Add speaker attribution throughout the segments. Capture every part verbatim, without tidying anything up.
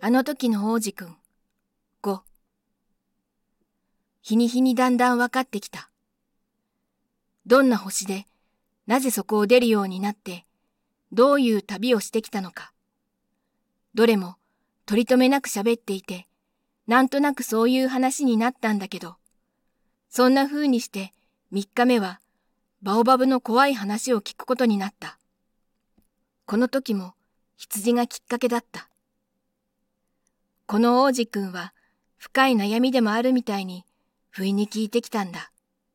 Speaker 1: あの時の王子くん。ご。日に日にだんだん分かってきた。どんな星で、なぜそこを出るようになって、どういう旅をしてきたのか。どれも取り留めなく喋っていて、なんとなくそういう話になったんだけど、そんな風にして三日目はバオバブの怖い話を聞くことになった。この時も羊がきっかけだった。この王子くんは深い悩みでもあるみたいに不意に聞いてきたんだ。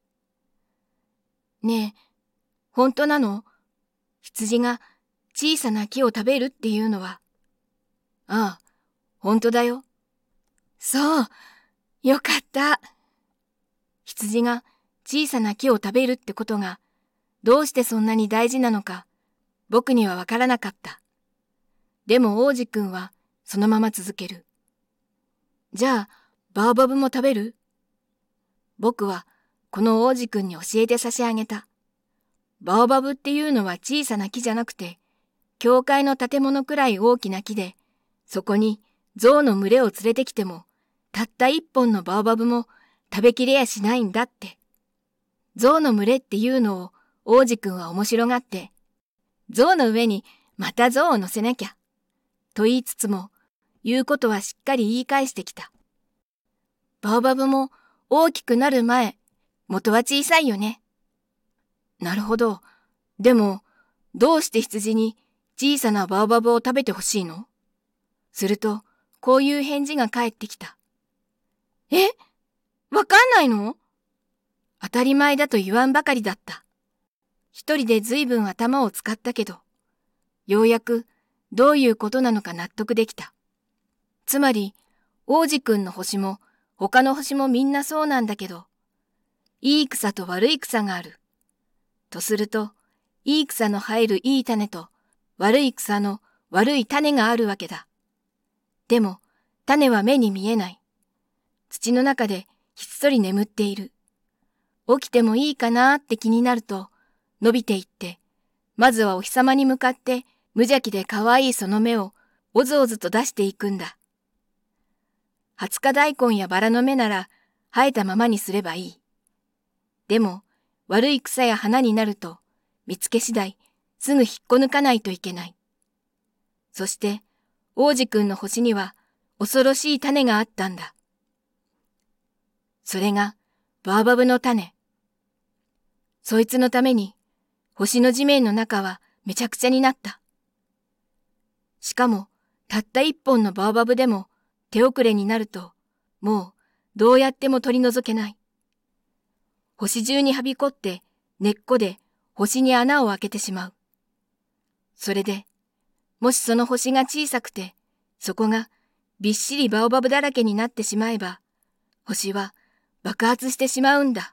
Speaker 1: ねえ、本当なの？羊が小さな木を食べるっていうのは。ああ、本当だよ。そう、よかった。羊が小さな木を食べるってことがどうしてそんなに大事なのか僕にはわからなかった。でも王子くんはそのまま続ける。じゃあ、バオバブも食べる？僕はこの王子くんに教えて差し上げた。バオバブっていうのは小さな木じゃなくて、教会の建物くらい大きな木で、そこに象の群れを連れてきても、たった一本のバオバブも食べきれやしないんだって。象の群れっていうのを王子くんは面白がって、象の上にまた象を乗せなきゃ、と言いつつも、言うことはしっかり言い返してきた。バオバブも大きくなる前、元は小さいよね。なるほど。でも、どうして羊に小さなバオバブを食べてほしいの？すると、こういう返事が返ってきた。え？わかんないの？当たり前だと言わんばかりだった。一人でずいぶん頭を使ったけど、ようやくどういうことなのか納得できた。つまり、王子くんの星も他の星もみんなそうなんだけど、いい草と悪い草がある。とすると、いい草の生えるいい種と悪い草の悪い種があるわけだ。でも、種は目に見えない。土の中でひっそり眠っている。起きてもいいかなって気になると、伸びていって、まずはお日様に向かって無邪気で可愛いその芽をおずおずと出していくんだ。二十日大根やバラの芽なら生えたままにすればいい。でも、悪い草や花になると、見つけ次第、すぐ引っこ抜かないといけない。そして、王子くんの星には、恐ろしい種があったんだ。それが、バオバブの種。そいつのために、星の地面の中はめちゃくちゃになった。しかも、たった一本のバオバブでも、手遅れになると、もう、どうやっても取り除けない。星中にはびこって根っこで星に穴を開けてしまう。それで、もしその星が小さくて、そこがびっしりバオバブだらけになってしまえば、星は爆発してしまうんだ。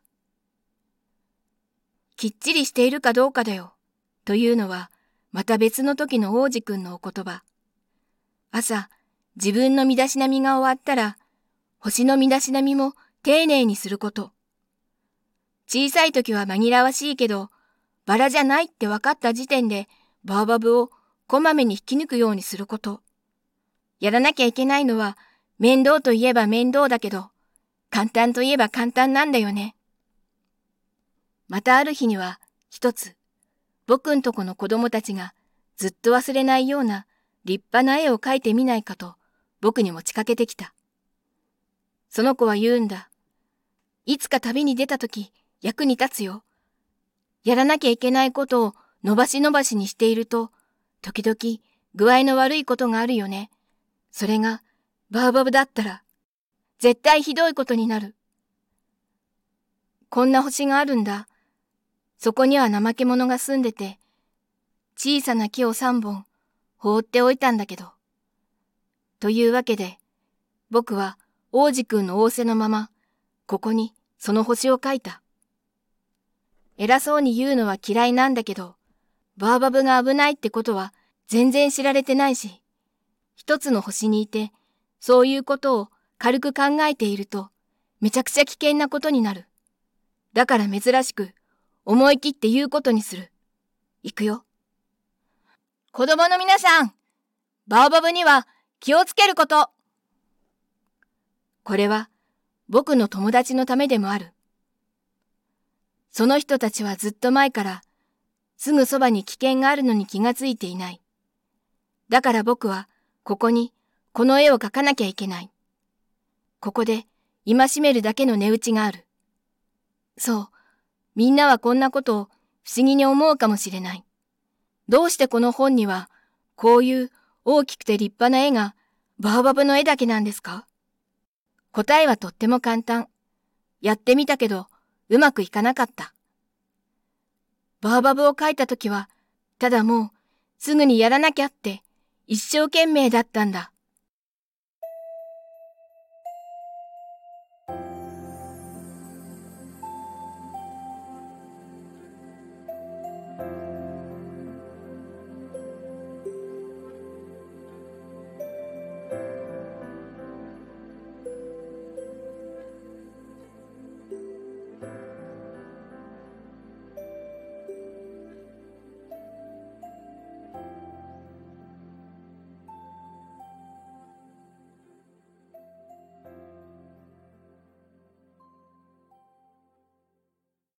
Speaker 1: きっちりしているかどうかだよ。というのは、また別の時の王子くんのお言葉。朝、自分の身だしなみが終わったら、星の身だしなみも丁寧にすること。小さい時は紛らわしいけど、バラじゃないって分かった時点でバオバブをこまめに引き抜くようにすること。やらなきゃいけないのは面倒といえば面倒だけど、簡単といえば簡単なんだよね。またある日には一つ、僕んとこの子供たちがずっと忘れないような立派な絵を描いてみないかと僕に持ちかけてきた。その子は言うんだ。いつか旅に出た時、役に立つよ。やらなきゃいけないことを伸ばし伸ばしにしていると、時々具合の悪いことがあるよね。それがバオバブだったら、絶対ひどいことになる。こんな星があるんだ。そこには怠け者が住んでて、小さな木を三本放っておいたんだけど。というわけで、僕は王子くんの仰せのまま、ここにその星を描いた。偉そうに言うのは嫌いなんだけど、バオバブが危ないってことは全然知られてないし、一つの星にいて、そういうことを軽く考えていると、めちゃくちゃ危険なことになる。だから珍しく、思い切って言うことにする。いくよ。子供の皆さん、バオバブには気をつけること。これは僕の友達のためでもある。その人たちはずっと前からすぐそばに危険があるのに気がついていない。だから僕はここにこの絵を描かなきゃいけない。ここで戒めるだけの値打ちがある。そう、みんなはこんなことを不思議に思うかもしれない。どうしてこの本にはこういう大きくて立派な絵がバオバブの絵だけなんですか？答えはとっても簡単。やってみたけどうまくいかなかった。バオバブを描いたときはただもうすぐにやらなきゃって一生懸命だったんだ。